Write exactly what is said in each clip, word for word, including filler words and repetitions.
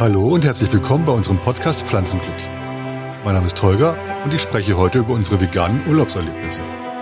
Hallo und herzlich willkommen bei unserem Podcast Pflanzenglück. Mein Name ist Holger und ich spreche heute über unsere veganen Urlaubserlebnisse.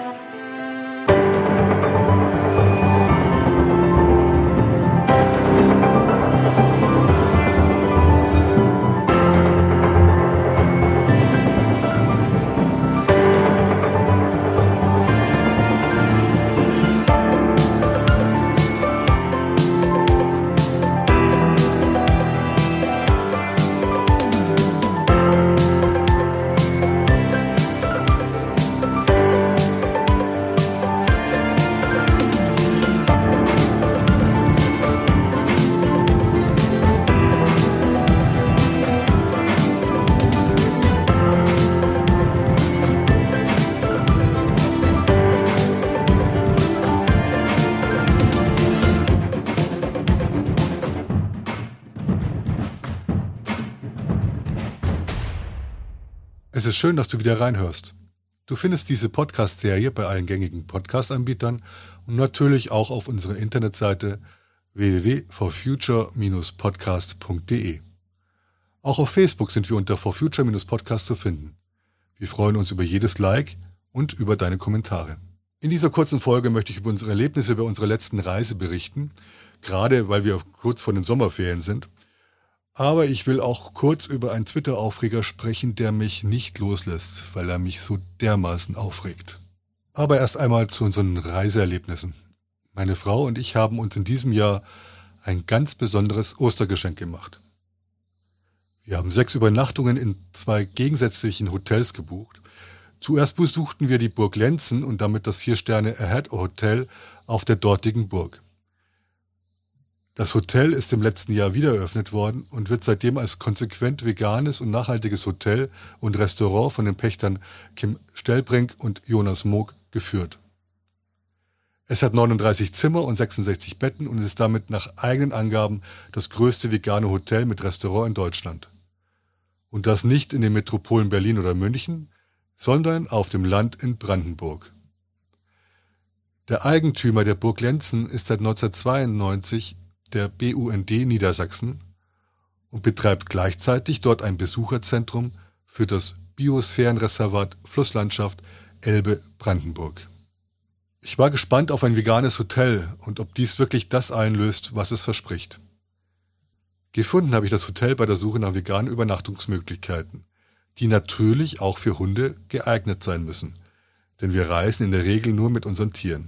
Es ist schön, dass du wieder reinhörst. Du findest diese Podcast-Serie bei allen gängigen Podcast-Anbietern und natürlich auch auf unserer Internetseite w w w punkt for future dash podcast punkt d e. Auch auf Facebook sind wir unter for future dash podcast zu finden. Wir freuen uns über jedes Like und über deine Kommentare. In dieser kurzen Folge möchte ich über unsere Erlebnisse bei unserer letzten Reise berichten, gerade weil wir kurz vor den Sommerferien sind. Aber ich will auch kurz über einen Twitter-Aufreger sprechen, der mich nicht loslässt, weil er mich so dermaßen aufregt. Aber erst einmal zu unseren Reiseerlebnissen. Meine Frau und ich haben uns in diesem Jahr ein ganz besonderes Ostergeschenk gemacht. Wir haben sechs Übernachtungen in zwei gegensätzlichen Hotels gebucht. Zuerst besuchten wir die Burg Lenzen und damit das Vier-Sterne-Ahead-Hotel auf der dortigen Burg. Das Hotel ist im letzten Jahr wieder eröffnet worden und wird seitdem als konsequent veganes und nachhaltiges Hotel und Restaurant von den Pächtern Kim Stellbrink und Jonas Moog geführt. Es hat neununddreißig Zimmer und sechsundsechzig Betten und ist damit nach eigenen Angaben das größte vegane Hotel mit Restaurant in Deutschland. Und das nicht in den Metropolen Berlin oder München, sondern auf dem Land in Brandenburg. Der Eigentümer der Burg Lenzen ist seit neunzehnhundertzweiundneunzig der B U N D Niedersachsen und betreibt gleichzeitig dort ein Besucherzentrum für das Biosphärenreservat Flusslandschaft Elbe-Brandenburg. Ich war gespannt auf ein veganes Hotel und ob dies wirklich das einlöst, was es verspricht. Gefunden habe ich das Hotel bei der Suche nach veganen Übernachtungsmöglichkeiten, die natürlich auch für Hunde geeignet sein müssen, denn wir reisen in der Regel nur mit unseren Tieren.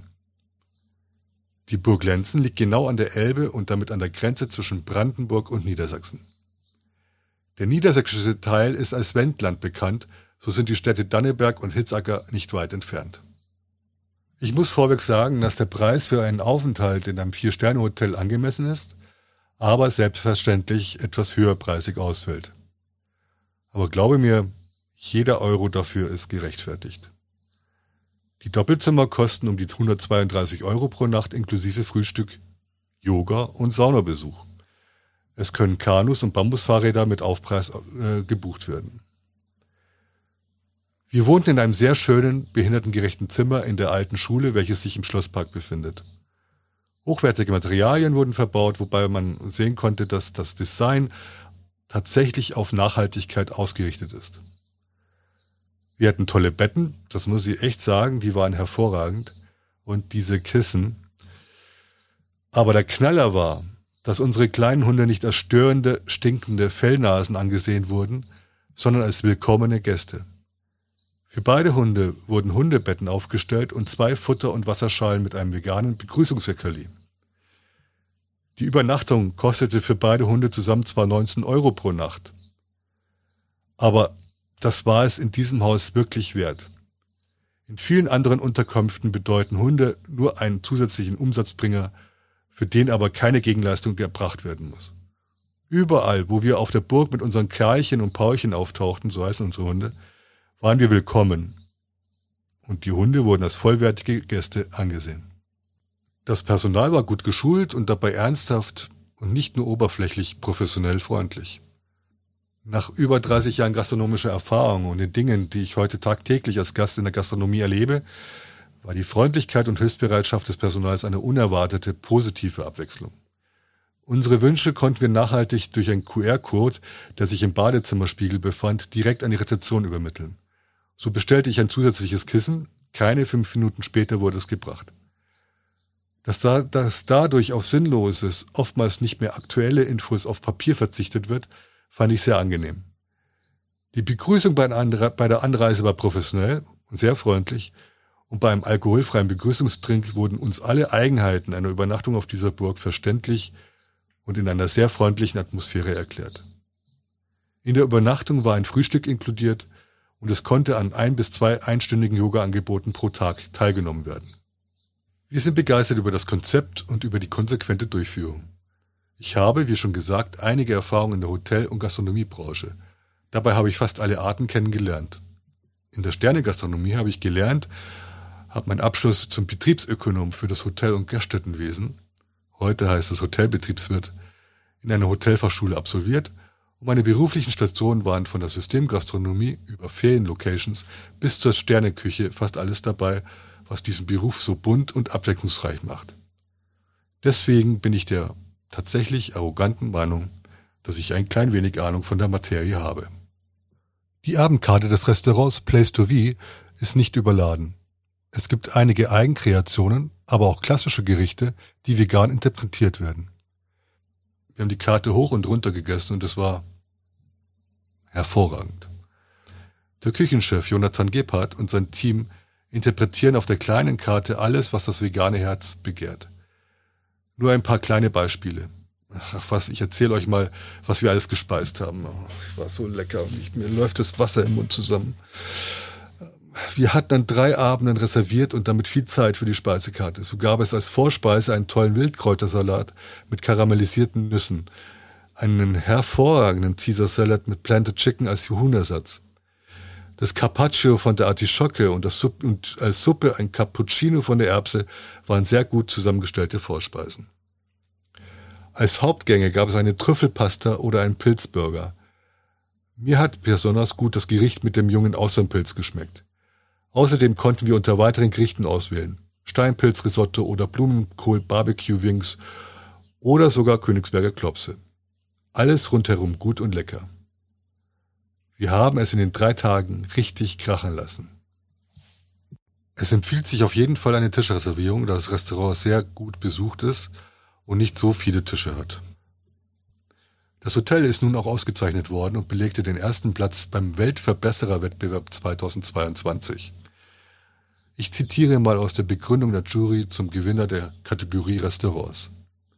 Die Burg Lenzen liegt genau an der Elbe und damit an der Grenze zwischen Brandenburg und Niedersachsen. Der niedersächsische Teil ist als Wendland bekannt, so sind die Städte Danneberg und Hitzacker nicht weit entfernt. Ich muss vorweg sagen, dass der Preis für einen Aufenthalt in einem Vier-Sterne-Hotel angemessen ist, aber selbstverständlich etwas höherpreisig ausfällt. Aber glaube mir, jeder Euro dafür ist gerechtfertigt. Die Doppelzimmer kosten um die hundertzweiunddreißig Euro pro Nacht inklusive Frühstück, Yoga und Saunabesuch. Es können Kanus und Bambusfahrräder mit Aufpreis äh, gebucht werden. Wir wohnten in einem sehr schönen, behindertengerechten Zimmer in der alten Schule, welches sich im Schlosspark befindet. Hochwertige Materialien wurden verbaut, wobei man sehen konnte, dass das Design tatsächlich auf Nachhaltigkeit ausgerichtet ist. Wir hatten tolle Betten, das muss ich echt sagen, die waren hervorragend. Und diese Kissen. Aber der Knaller war, dass unsere kleinen Hunde nicht als störende, stinkende Fellnasen angesehen wurden, sondern als willkommene Gäste. Für beide Hunde wurden Hundebetten aufgestellt und zwei Futter- und Wasserschalen mit einem veganen Begrüßungsleckerli. Die Übernachtung kostete für beide Hunde zusammen zwar neunzehn Euro pro Nacht. Aber das war es in diesem Haus wirklich wert. In vielen anderen Unterkünften bedeuten Hunde nur einen zusätzlichen Umsatzbringer, für den aber keine Gegenleistung erbracht werden muss. Überall, wo wir auf der Burg mit unseren Kerlchen und Paulchen auftauchten, so heißen unsere Hunde, waren wir willkommen. Und die Hunde wurden als vollwertige Gäste angesehen. Das Personal war gut geschult und dabei ernsthaft und nicht nur oberflächlich professionell freundlich. Nach über dreißig Jahren gastronomischer Erfahrung und den Dingen, die ich heute tagtäglich als Gast in der Gastronomie erlebe, war die Freundlichkeit und Hilfsbereitschaft des Personals eine unerwartete, positive Abwechslung. Unsere Wünsche konnten wir nachhaltig durch einen Q R-Code, der sich im Badezimmerspiegel befand, direkt an die Rezeption übermitteln. So bestellte ich ein zusätzliches Kissen, keine fünf Minuten später wurde es gebracht. Dass, da, dass dadurch auf Sinnloses, oftmals nicht mehr aktuelle Infos auf Papier verzichtet wird, fand ich sehr angenehm. Die Begrüßung bei der Anreise war professionell und sehr freundlich und beim alkoholfreien Begrüßungsdrink wurden uns alle Eigenheiten einer Übernachtung auf dieser Burg verständlich und in einer sehr freundlichen Atmosphäre erklärt. In der Übernachtung war ein Frühstück inkludiert und es konnte an ein bis zwei einstündigen Yoga-Angeboten pro Tag teilgenommen werden. Wir sind begeistert über das Konzept und über die konsequente Durchführung. Ich habe, wie schon gesagt, einige Erfahrungen in der Hotel- und Gastronomiebranche. Dabei habe ich fast alle Arten kennengelernt. In der Sterne-Gastronomie habe ich gelernt, habe meinen Abschluss zum Betriebsökonom für das Hotel- und Gaststättenwesen, heute heißt es Hotelbetriebswirt, in einer Hotelfachschule absolviert und meine beruflichen Stationen waren von der Systemgastronomie über Ferienlocations bis zur Sterneküche fast alles dabei, was diesen Beruf so bunt und abwechslungsreich macht. Deswegen bin ich der tatsächlich arroganten Meinung, dass ich ein klein wenig Ahnung von der Materie habe. Die Abendkarte des Restaurants Place to Vie ist nicht überladen. Es gibt einige Eigenkreationen, aber auch klassische Gerichte, die vegan interpretiert werden. Wir haben die Karte hoch und runter gegessen und es war hervorragend. Der Küchenchef Jonathan Gebhardt und sein Team interpretieren auf der kleinen Karte alles, was das vegane Herz begehrt. Nur ein paar kleine Beispiele. Ach was, ich erzähle euch mal, was wir alles gespeist haben. Oh, war so lecker, mir läuft das Wasser im Mund zusammen. Wir hatten an drei Abenden reserviert und damit viel Zeit für die Speisekarte. So gab es als Vorspeise einen tollen Wildkräutersalat mit karamellisierten Nüssen, einen hervorragenden Caesar Salad mit Planted Chicken als Huhnersatz. Das Carpaccio von der Artischocke und, das Supp- und als Suppe ein Cappuccino von der Erbse waren sehr gut zusammengestellte Vorspeisen. Als Hauptgänge gab es eine Trüffelpasta oder einen Pilzburger. Mir hat besonders gut das Gericht mit dem jungen Austernpilz geschmeckt. Außerdem konnten wir unter weiteren Gerichten auswählen. Steinpilzrisotto oder Blumenkohl-Barbecue-Wings oder sogar Königsberger Klopse. Alles rundherum gut und lecker. Wir haben es in den drei Tagen richtig krachen lassen. Es empfiehlt sich auf jeden Fall eine Tischreservierung, da das Restaurant sehr gut besucht ist und nicht so viele Tische hat. Das Hotel ist nun auch ausgezeichnet worden und belegte den ersten Platz beim Weltverbesserer-Wettbewerb zweitausendzweiundzwanzig. Ich zitiere mal aus der Begründung der Jury zum Gewinner der Kategorie Restaurants.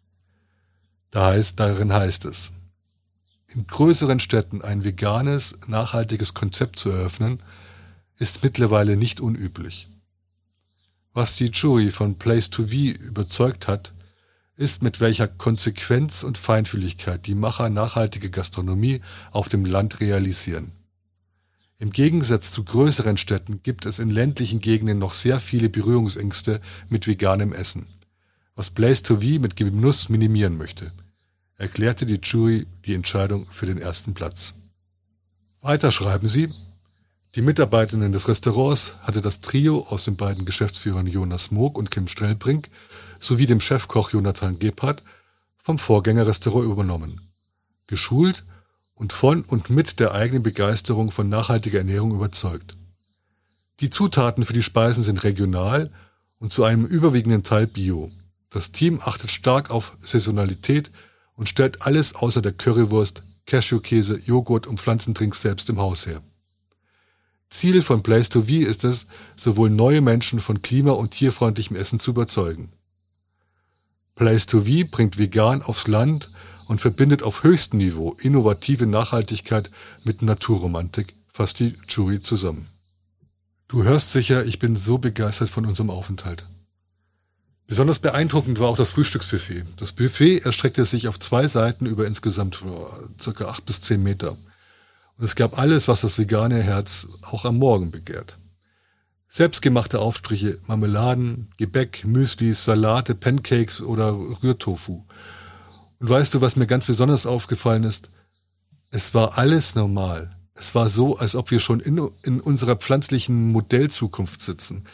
Da heißt, darin heißt es: In größeren Städten ein veganes, nachhaltiges Konzept zu eröffnen, ist mittlerweile nicht unüblich. Was die Jury von Place to Vie überzeugt hat, ist, mit welcher Konsequenz und Feinfühligkeit die Macher nachhaltige Gastronomie auf dem Land realisieren. Im Gegensatz zu größeren Städten gibt es in ländlichen Gegenden noch sehr viele Berührungsängste mit veganem Essen, was Place to Vie mit Genuss minimieren möchte, erklärte die Jury die Entscheidung für den ersten Platz. Weiter schreiben sie: Die Mitarbeitenden des Restaurants hatte das Trio aus den beiden Geschäftsführern Jonas Moog und Kim Strellbrink sowie dem Chefkoch Jonathan Gebhardt vom Vorgängerrestaurant übernommen, geschult und von und mit der eigenen Begeisterung von nachhaltiger Ernährung überzeugt. Die Zutaten für die Speisen sind regional und zu einem überwiegenden Teil bio. Das Team achtet stark auf Saisonalität und stellt alles außer der Currywurst, Cashewkäse, Joghurt und Pflanzendrinks selbst im Haus her. Ziel von Place to Vie ist es, sowohl neue Menschen von klima- und tierfreundlichem Essen zu überzeugen. Place to Vie bringt vegan aufs Land und verbindet auf höchstem Niveau innovative Nachhaltigkeit mit Naturromantik, fasst die Jury zusammen. Du hörst sicher, ich bin so begeistert von unserem Aufenthalt. Besonders beeindruckend war auch das Frühstücksbuffet. Das Buffet erstreckte sich auf zwei Seiten über insgesamt ca. acht bis zehn Meter. Und es gab alles, was das vegane Herz auch am Morgen begehrt. Selbstgemachte Aufstriche, Marmeladen, Gebäck, Müslis, Salate, Pancakes oder Rührtofu. Und weißt du, was mir ganz besonders aufgefallen ist? Es war alles normal. Es war so, als ob wir schon in, in unserer pflanzlichen Modellzukunft sitzen.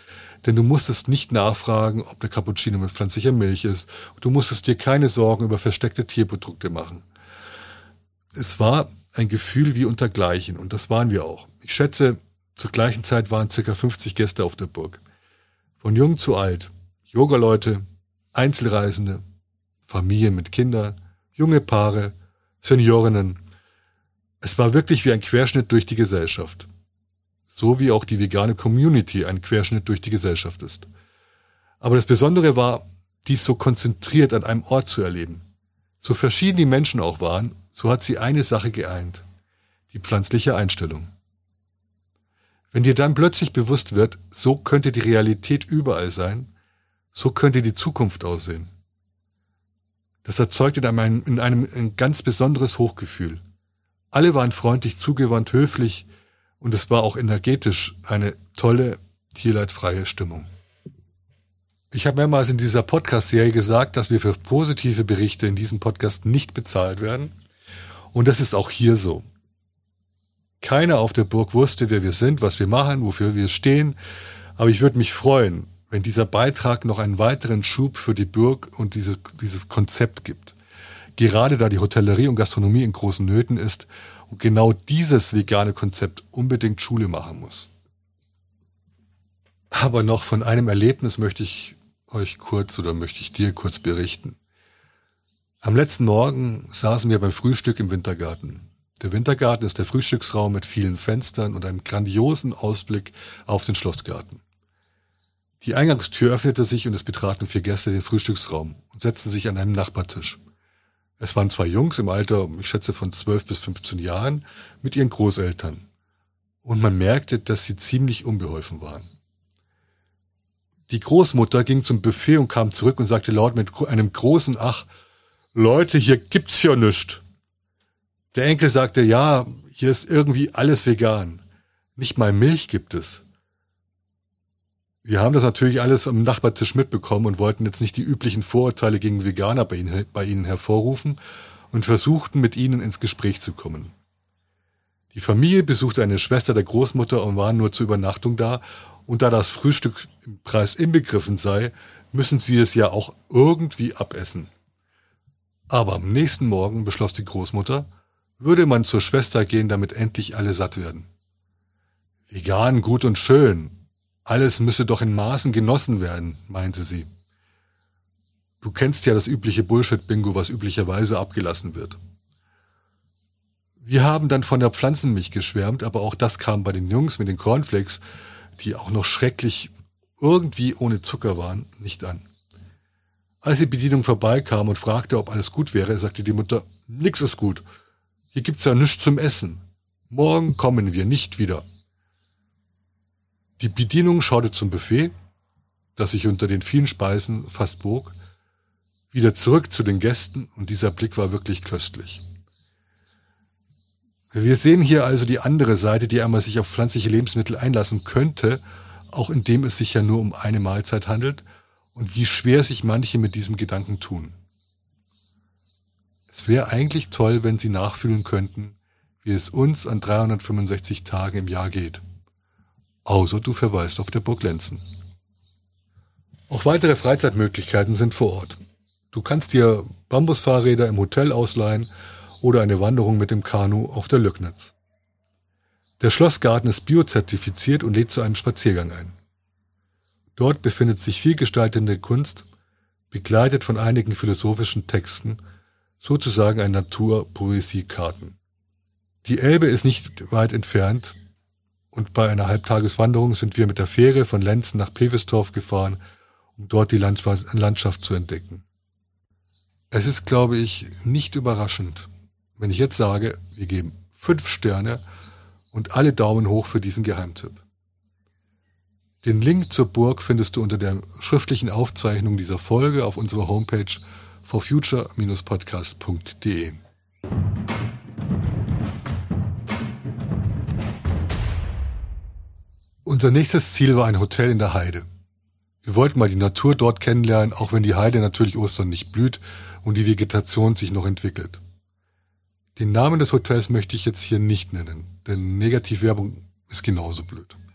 denn du musstest nicht nachfragen, ob der Cappuccino mit pflanzlicher Milch ist. Du musstest dir keine Sorgen über versteckte Tierprodukte machen. Es war ein Gefühl wie untergleichen und das waren wir auch. Ich schätze, zur gleichen Zeit waren ca. fünfzig Gäste auf der Burg. Von jung zu alt, Yogaleute, Einzelreisende, Familien mit Kindern, junge Paare, Seniorinnen. Es war wirklich wie ein Querschnitt durch die Gesellschaft. So wie auch die vegane Community ein Querschnitt durch die Gesellschaft ist. Aber das Besondere war, dies so konzentriert an einem Ort zu erleben. So verschieden die Menschen auch waren, so hat sie eine Sache geeint: die pflanzliche Einstellung. Wenn dir dann plötzlich bewusst wird, so könnte die Realität überall sein, so könnte die Zukunft aussehen. Das erzeugt in einem, in einem ein ganz besonderes Hochgefühl. Alle waren freundlich, zugewandt, höflich und es war auch energetisch eine tolle, tierleidfreie Stimmung. Ich habe mehrmals in dieser Podcast-Serie gesagt, dass wir für positive Berichte in diesem Podcast nicht bezahlt werden und das ist auch hier so. Keiner auf der Burg wusste, wer wir sind, was wir machen, wofür wir stehen, aber ich würde mich freuen, wenn dieser Beitrag noch einen weiteren Schub für die Burg und diese, dieses Konzept gibt. Gerade da die Hotellerie und Gastronomie in großen Nöten ist und genau dieses vegane Konzept unbedingt Schule machen muss. Aber noch von einem Erlebnis möchte ich euch kurz oder möchte ich dir kurz berichten. Am letzten Morgen saßen wir beim Frühstück im Wintergarten. Der Wintergarten ist der Frühstücksraum mit vielen Fenstern und einem grandiosen Ausblick auf den Schlossgarten. Die Eingangstür öffnete sich und es betraten vier Gäste den Frühstücksraum und setzten sich an einem Nachbartisch. Es waren zwei Jungs im Alter, ich schätze von zwölf bis fünfzehn Jahren, mit ihren Großeltern. Und man merkte, dass sie ziemlich unbeholfen waren. Die Großmutter ging zum Buffet und kam zurück und sagte laut mit einem großen Ach: Leute, hier gibt's ja nichts. Der Enkel sagte: Ja, hier ist irgendwie alles vegan. Nicht mal Milch gibt es. Wir haben das natürlich alles am Nachbartisch mitbekommen und wollten jetzt nicht die üblichen Vorurteile gegen Veganer bei ihnen, bei ihnen hervorrufen und versuchten, mit ihnen ins Gespräch zu kommen. Die Familie besuchte eine Schwester der Großmutter und waren nur zur Übernachtung da, und da das Frühstück im Preis inbegriffen sei, müssen sie es ja auch irgendwie abessen. Aber am nächsten Morgen beschloss die Großmutter, würde man zur Schwester gehen, damit endlich alle satt werden. Vegan, gut und schön. Alles müsse doch in Maßen genossen werden, meinte sie. Du kennst ja das übliche Bullshit-Bingo, was üblicherweise abgelassen wird. Wir haben dann von der Pflanzenmilch geschwärmt, aber auch das kam bei den Jungs mit den Cornflakes, die auch noch schrecklich irgendwie ohne Zucker waren, nicht an. Als die Bedienung vorbeikam und fragte, ob alles gut wäre, sagte die Mutter: Nix ist gut. Hier gibt's ja nichts zum Essen. Morgen kommen wir nicht wieder. Die Bedienung schaute zum Buffet, das sich unter den vielen Speisen fast bog, wieder zurück zu den Gästen und dieser Blick war wirklich köstlich. Wir sehen hier also die andere Seite, die einmal sich auf pflanzliche Lebensmittel einlassen könnte, auch indem es sich ja nur um eine Mahlzeit handelt und wie schwer sich manche mit diesem Gedanken tun. Es wäre eigentlich toll, wenn Sie nachfühlen könnten, wie es uns an dreihundertfünfundsechzig Tagen im Jahr geht. Außer du verweist auf der Burg Lenzen. Auch weitere Freizeitmöglichkeiten sind vor Ort. Du kannst dir Bambusfahrräder im Hotel ausleihen oder eine Wanderung mit dem Kanu auf der Löcknitz. Der Schlossgarten ist biozertifiziert und lädt zu einem Spaziergang ein. Dort befindet sich vielgestaltende Kunst, begleitet von einigen philosophischen Texten, sozusagen ein Naturpoesiekarten. Die Elbe ist nicht weit entfernt und bei einer Halbtageswanderung sind wir mit der Fähre von Lenzen nach Pevestorf gefahren, um dort die Landschaft zu entdecken. Es ist, glaube ich, nicht überraschend, wenn ich jetzt sage, wir geben fünf Sterne und alle Daumen hoch für diesen Geheimtipp. Den Link zur Burg findest du unter der schriftlichen Aufzeichnung dieser Folge auf unserer Homepage for future dash podcast punkt de. Unser nächstes Ziel war ein Hotel in der Heide. Wir wollten mal die Natur dort kennenlernen, auch wenn die Heide natürlich Ostern nicht blüht und die Vegetation sich noch entwickelt. Den Namen des Hotels möchte ich jetzt hier nicht nennen, denn Negativwerbung ist genauso blöd.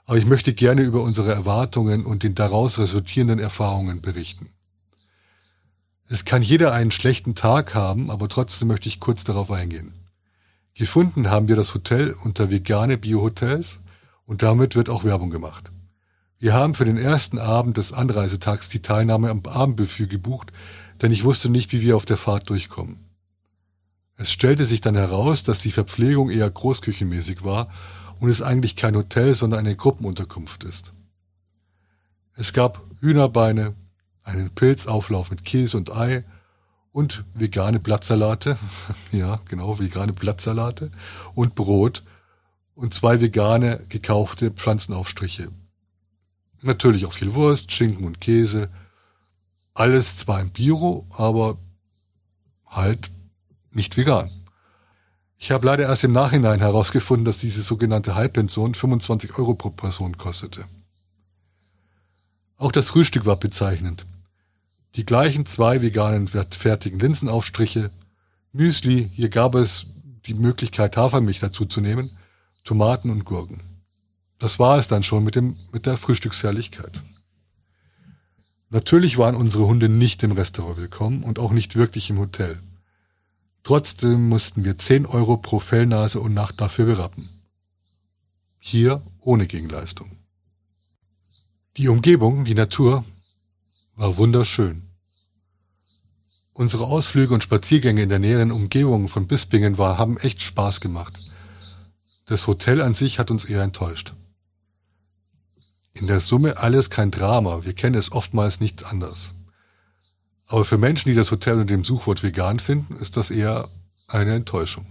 aber ich möchte gerne über unsere Erwartungen und den daraus resultierenden Erfahrungen berichten. Es kann jeder einen schlechten Tag haben, aber trotzdem möchte ich kurz darauf eingehen. Gefunden haben wir das Hotel unter Vegane Bio-Hotels und damit wird auch Werbung gemacht. Wir haben für den ersten Abend des Anreisetags die Teilnahme am Abendbuffet gebucht, denn ich wusste nicht, wie wir auf der Fahrt durchkommen. Es stellte sich dann heraus, dass die Verpflegung eher großküchenmäßig war und es eigentlich kein Hotel, sondern eine Gruppenunterkunft ist. Es gab Hühnerbeine, einen Pilzauflauf mit Käse und Ei und vegane Blattsalate, ja genau, vegane Blattsalate und Brot und zwei vegane gekaufte Pflanzenaufstriche. Natürlich auch viel Wurst, Schinken und Käse, alles zwar im Bio, aber halt nicht vegan. Ich habe leider erst im Nachhinein herausgefunden, dass diese sogenannte Halbpension fünfundzwanzig Euro pro Person kostete. Auch das Frühstück war bezeichnend. Die gleichen zwei veganen fertigen Linsenaufstriche, Müsli, hier gab es die Möglichkeit Hafermilch dazu zu nehmen, Tomaten und Gurken. Das war es dann schon mit dem, mit der Frühstücksherrlichkeit. Natürlich waren unsere Hunde nicht im Restaurant willkommen und auch nicht wirklich im Hotel. Trotzdem mussten wir zehn Euro pro Fellnase und Nacht dafür berappen. Hier ohne Gegenleistung. Die Umgebung, die Natur, war wunderschön. Unsere Ausflüge und Spaziergänge in der näheren Umgebung von Bispingen war, haben echt Spaß gemacht. Das Hotel an sich hat uns eher enttäuscht. In der Summe alles kein Drama, wir kennen es oftmals nicht anders. Aber für Menschen, die das Hotel unter dem Suchwort vegan finden, ist das eher eine Enttäuschung.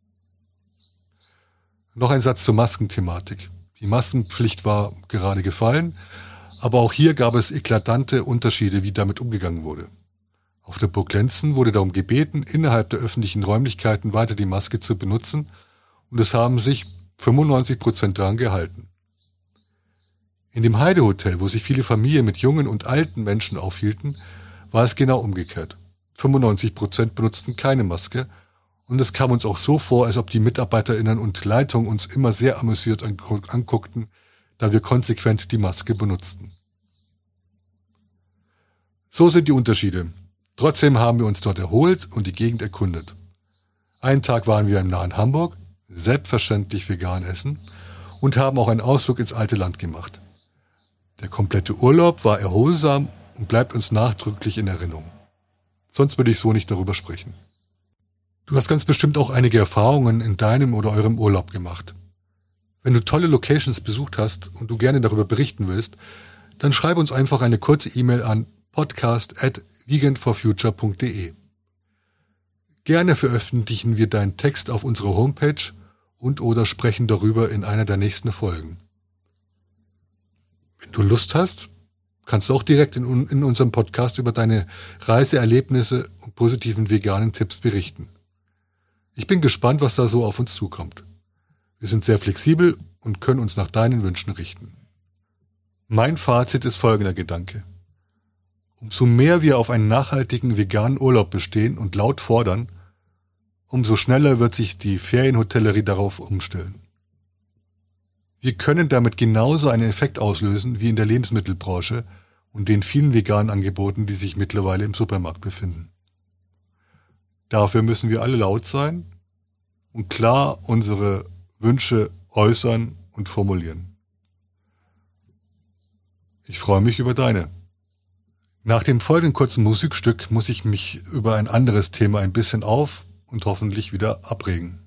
Noch ein Satz zur Maskenthematik. Die Maskenpflicht war gerade gefallen, aber auch hier gab es eklatante Unterschiede, wie damit umgegangen wurde. Auf der Burg Lenzen wurde darum gebeten, innerhalb der öffentlichen Räumlichkeiten weiter die Maske zu benutzen und es haben sich fünfundneunzig Prozent daran gehalten. In dem Heidehotel, wo sich viele Familien mit jungen und alten Menschen aufhielten, war es genau umgekehrt. fünfundneunzig Prozent benutzten keine Maske und es kam uns auch so vor, als ob die MitarbeiterInnen und Leitung uns immer sehr amüsiert anguckten, da wir konsequent die Maske benutzten. So sind die Unterschiede. Trotzdem haben wir uns dort erholt und die Gegend erkundet. Einen Tag waren wir im nahen Hamburg, selbstverständlich vegan essen und haben auch einen Ausflug ins alte Land gemacht. Der komplette Urlaub war erholsam und bleibt uns nachdrücklich in Erinnerung. Sonst würde ich so nicht darüber sprechen. Du hast ganz bestimmt auch einige Erfahrungen in deinem oder eurem Urlaub gemacht. Wenn du tolle Locations besucht hast und du gerne darüber berichten willst, dann schreib uns einfach eine kurze E-Mail an podcast at vegan for future punkt de. Gerne veröffentlichen wir deinen Text auf unserer Homepage und oder sprechen darüber in einer der nächsten Folgen. Wenn du Lust hast, kannst du auch direkt in, in unserem Podcast über deine Reiseerlebnisse und positiven veganen Tipps berichten. Ich bin gespannt, was da so auf uns zukommt. Wir sind sehr flexibel und können uns nach deinen Wünschen richten. Mein Fazit ist folgender Gedanke. Umso mehr wir auf einen nachhaltigen veganen Urlaub bestehen und laut fordern, umso schneller wird sich die Ferienhotellerie darauf umstellen. Wir können damit genauso einen Effekt auslösen wie in der Lebensmittelbranche und den vielen veganen Angeboten, die sich mittlerweile im Supermarkt befinden. Dafür müssen wir alle laut sein und klar unsere Wünsche äußern und formulieren. Ich freue mich über deine. Nach dem folgenden kurzen Musikstück muss ich mich über ein anderes Thema ein bisschen auf und hoffentlich wieder abregen.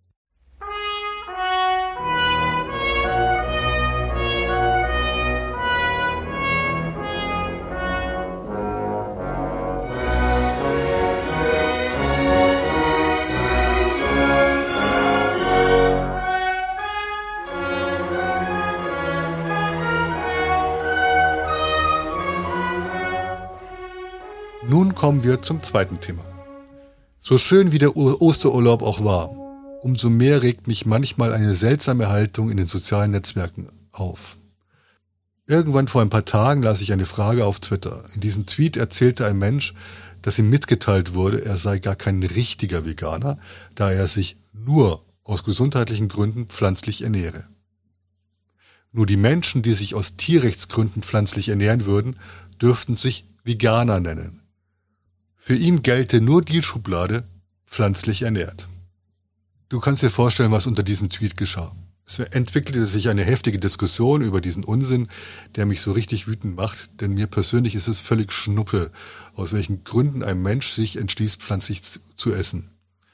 Nun kommen wir zum zweiten Thema. So schön wie der Osterurlaub auch war, umso mehr regt mich manchmal eine seltsame Haltung in den sozialen Netzwerken auf. Irgendwann vor ein paar Tagen las ich eine Frage auf Twitter. In diesem Tweet erzählte ein Mensch, dass ihm mitgeteilt wurde, er sei gar kein richtiger Veganer, da er sich nur aus gesundheitlichen Gründen pflanzlich ernähre. Nur die Menschen, die sich aus Tierrechtsgründen pflanzlich ernähren würden, dürften sich Veganer nennen. Für ihn gelte nur die Schublade pflanzlich ernährt. Du kannst dir vorstellen, was unter diesem Tweet geschah. Es entwickelte sich eine heftige Diskussion über diesen Unsinn, der mich so richtig wütend macht, denn mir persönlich ist es völlig Schnuppe, aus welchen Gründen ein Mensch sich entschließt, pflanzlich zu essen.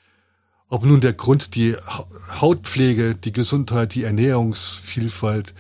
Ob nun der Grund die Hautpflege, die Gesundheit, die Ernährungsvielfalt,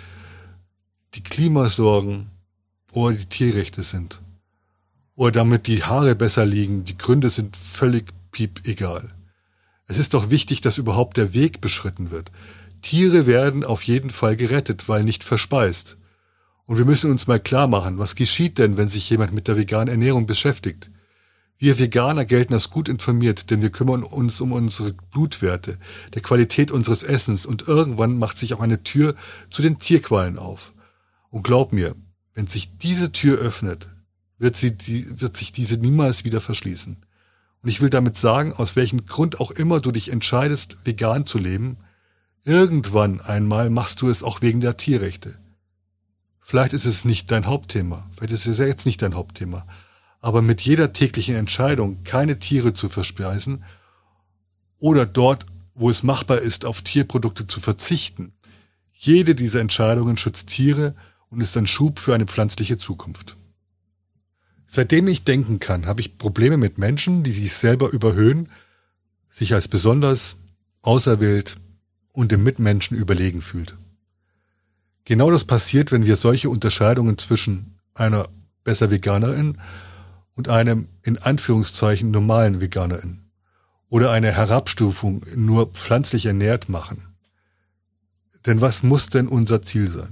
die Klimasorgen oder die Tierrechte sind. Oder damit die Haare besser liegen, die Gründe sind völlig piep egal. Es ist doch wichtig, dass überhaupt der Weg beschritten wird. Tiere werden auf jeden Fall gerettet, weil nicht verspeist. Und wir müssen uns mal klar machen, was geschieht denn, wenn sich jemand mit der veganen Ernährung beschäftigt? Wir Veganer gelten als gut informiert, denn wir kümmern uns um unsere Blutwerte, der Qualität unseres Essens und irgendwann macht sich auch eine Tür zu den Tierqualen auf. Und glaub mir, wenn sich diese Tür öffnet, wird, sie die, wird sich diese niemals wieder verschließen. Und ich will damit sagen, aus welchem Grund auch immer du dich entscheidest, vegan zu leben, irgendwann einmal machst du es auch wegen der Tierrechte. Vielleicht ist es nicht dein Hauptthema, vielleicht ist es ja jetzt nicht dein Hauptthema, aber mit jeder täglichen Entscheidung, keine Tiere zu verspeisen oder dort, wo es machbar ist, auf Tierprodukte zu verzichten, jede dieser Entscheidungen schützt Tiere und ist ein Schub für eine pflanzliche Zukunft. Seitdem ich denken kann, habe ich Probleme mit Menschen, die sich selber überhöhen, sich als besonders, auserwählt und dem Mitmenschen überlegen fühlt. Genau das passiert, wenn wir solche Unterscheidungen zwischen einer besser Veganerin und einem in Anführungszeichen normalen Veganerin oder eine Herabstufung nur pflanzlich ernährt machen. Denn was muss denn unser Ziel sein?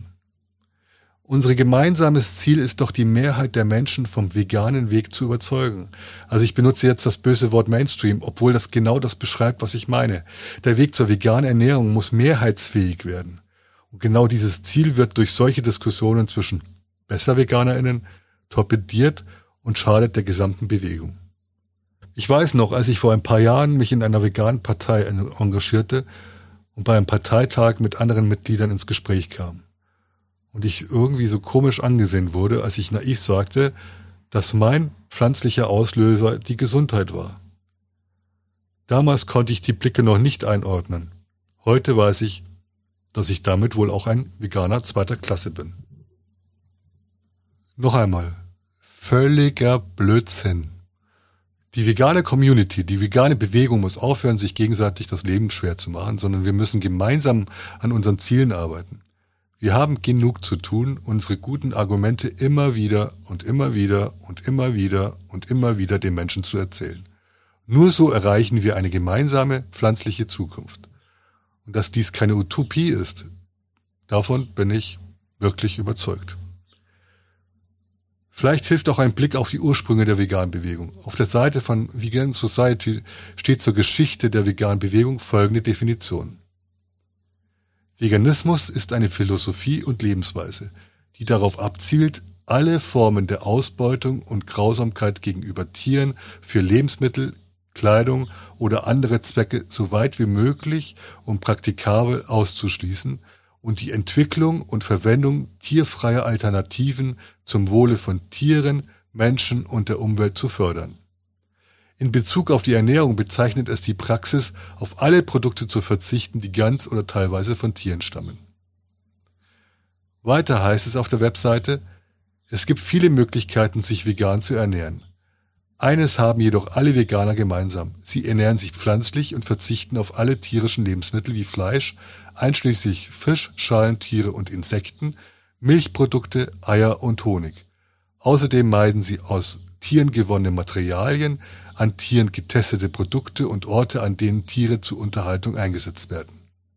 Unser gemeinsames Ziel ist doch, die Mehrheit der Menschen vom veganen Weg zu überzeugen. Also ich benutze jetzt das böse Wort Mainstream, obwohl das genau das beschreibt, was ich meine. Der Weg zur veganen Ernährung muss mehrheitsfähig werden. Und genau dieses Ziel wird durch solche Diskussionen zwischen besser VeganerInnen torpediert und schadet der gesamten Bewegung. Ich weiß noch, als ich vor ein paar Jahren mich in einer veganen Partei engagierte und bei einem Parteitag mit anderen Mitgliedern ins Gespräch kam. Und ich irgendwie so komisch angesehen wurde, als ich naiv sagte, dass mein pflanzlicher Auslöser die Gesundheit war. Damals konnte ich die Blicke noch nicht einordnen. Heute weiß ich, dass ich damit wohl auch ein Veganer zweiter Klasse bin. Noch einmal, völliger Blödsinn. Die vegane Community, die vegane Bewegung muss aufhören, sich gegenseitig das Leben schwer zu machen, sondern wir müssen gemeinsam an unseren Zielen arbeiten. Wir haben genug zu tun, unsere guten Argumente immer wieder und immer wieder und immer wieder und immer wieder den Menschen zu erzählen. Nur so erreichen wir eine gemeinsame pflanzliche Zukunft. Und dass dies keine Utopie ist, davon bin ich wirklich überzeugt. Vielleicht hilft auch ein Blick auf die Ursprünge der veganen Bewegung. Auf der Seite von Vegan Society steht zur Geschichte der veganen Bewegung folgende Definition. Veganismus ist eine Philosophie und Lebensweise, die darauf abzielt, alle Formen der Ausbeutung und Grausamkeit gegenüber Tieren für Lebensmittel, Kleidung oder andere Zwecke so weit wie möglich und praktikabel auszuschließen und die Entwicklung und Verwendung tierfreier Alternativen zum Wohle von Tieren, Menschen und der Umwelt zu fördern. In Bezug auf die Ernährung bezeichnet es die Praxis, auf alle Produkte zu verzichten, die ganz oder teilweise von Tieren stammen. Weiter heißt es auf der Webseite, es gibt viele Möglichkeiten, sich vegan zu ernähren. Eines haben jedoch alle Veganer gemeinsam. Sie ernähren sich pflanzlich und verzichten auf alle tierischen Lebensmittel wie Fleisch, einschließlich Fisch, Schalentiere und Insekten, Milchprodukte, Eier und Honig. Außerdem meiden sie aus Tieren gewonnene Materialien, an Tieren getestete Produkte und Orte, an denen Tiere zur Unterhaltung eingesetzt werden.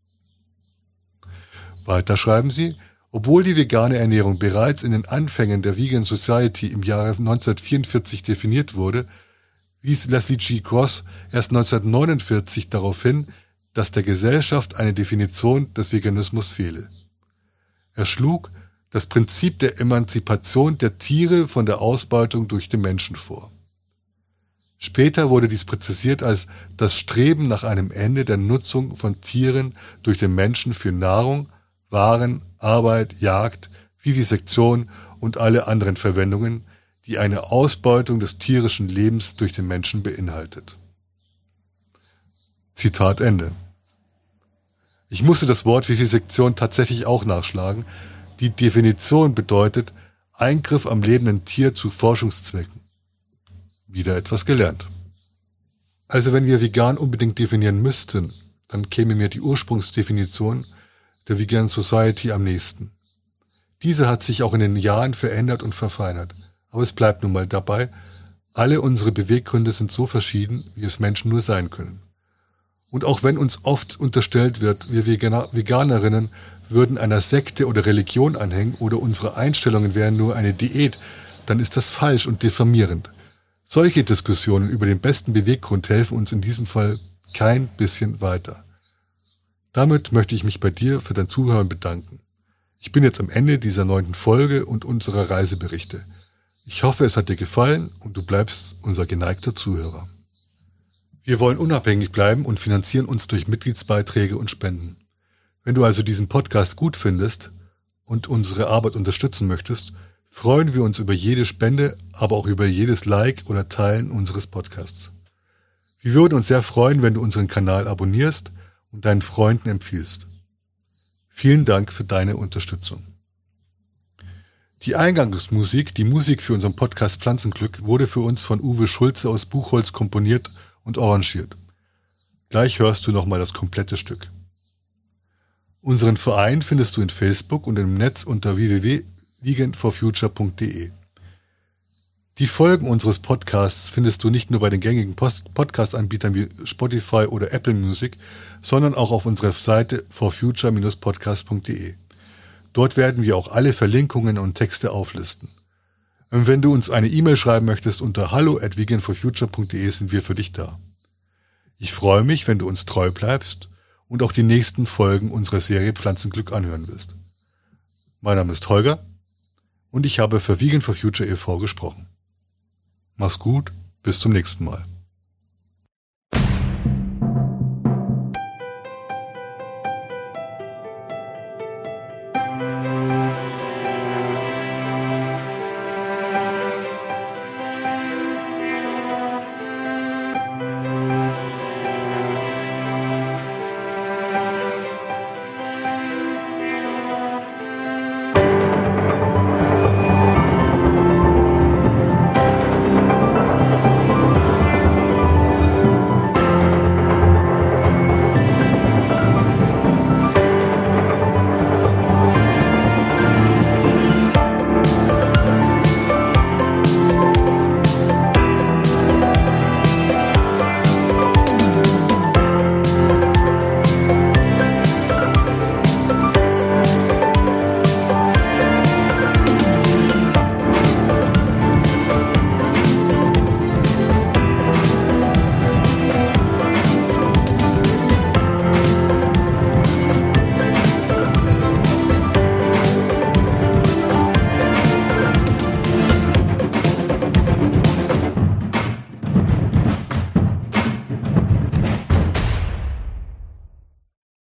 Weiter schreiben sie, obwohl die vegane Ernährung bereits in den Anfängen der Vegan Society im Jahre neunzehnhundertvierundvierzig definiert wurde, wies Leslie G. Gross erst neunzehnhundertneunundvierzig darauf hin, dass der Gesellschaft eine Definition des Veganismus fehle. Er schlug das Prinzip der Emanzipation der Tiere von der Ausbeutung durch den Menschen vor. Später wurde dies präzisiert als das Streben nach einem Ende der Nutzung von Tieren durch den Menschen für Nahrung, Waren Arbeit, Jagd, Vivisektion und alle anderen Verwendungen, die eine Ausbeutung des tierischen Lebens durch den Menschen beinhaltet. Zitat Ende. Ich musste das Wort Vivisektion tatsächlich auch nachschlagen. Die Definition bedeutet Eingriff am lebenden Tier zu Forschungszwecken. Wieder etwas gelernt. Also wenn wir vegan unbedingt definieren müssten, dann käme mir die Ursprungsdefinition der Vegan Society am nächsten. Diese hat sich auch in den Jahren verändert und verfeinert. Aber es bleibt nun mal dabei, alle unsere Beweggründe sind so verschieden, wie es Menschen nur sein können. Und auch wenn uns oft unterstellt wird, wir Veganer, Veganerinnen würden einer Sekte oder Religion anhängen oder unsere Einstellungen wären nur eine Diät, dann ist das falsch und diffamierend. Solche Diskussionen über den besten Beweggrund helfen uns in diesem Fall kein bisschen weiter. Damit möchte ich mich bei dir für dein Zuhören bedanken. Ich bin jetzt am Ende dieser neunten Folge und unserer Reiseberichte. Ich hoffe, es hat dir gefallen und du bleibst unser geneigter Zuhörer. Wir wollen unabhängig bleiben und finanzieren uns durch Mitgliedsbeiträge und Spenden. Wenn du also diesen Podcast gut findest und unsere Arbeit unterstützen möchtest, freuen wir uns über jede Spende, aber auch über jedes Like oder Teilen unseres Podcasts. Wir würden uns sehr freuen, wenn du unseren Kanal abonnierst und deinen Freunden empfiehlst. Vielen Dank für deine Unterstützung. Die Eingangsmusik, die Musik für unseren Podcast Pflanzenglück, wurde für uns von Uwe Schulze aus Buchholz komponiert und arrangiert. Gleich hörst du nochmal das komplette Stück. Unseren Verein findest du in Facebook und im Netz unter w w w punkt vegan for future punkt d e. Die Folgen unseres Podcasts findest du nicht nur bei den gängigen Podcast-Anbietern wie Spotify oder Apple Music, sondern auch auf unserer Seite for future Bindestrich podcast punkt d e. Dort werden wir auch alle Verlinkungen und Texte auflisten. Und wenn du uns eine E-Mail schreiben möchtest, unter hallo at vegan for future punkt d e sind wir für dich da. Ich freue mich, wenn du uns treu bleibst und auch die nächsten Folgen unserer Serie Pflanzenglück anhören wirst. Mein Name ist Holger und ich habe für Vegan for Future e V gesprochen. Mach's gut, bis zum nächsten Mal.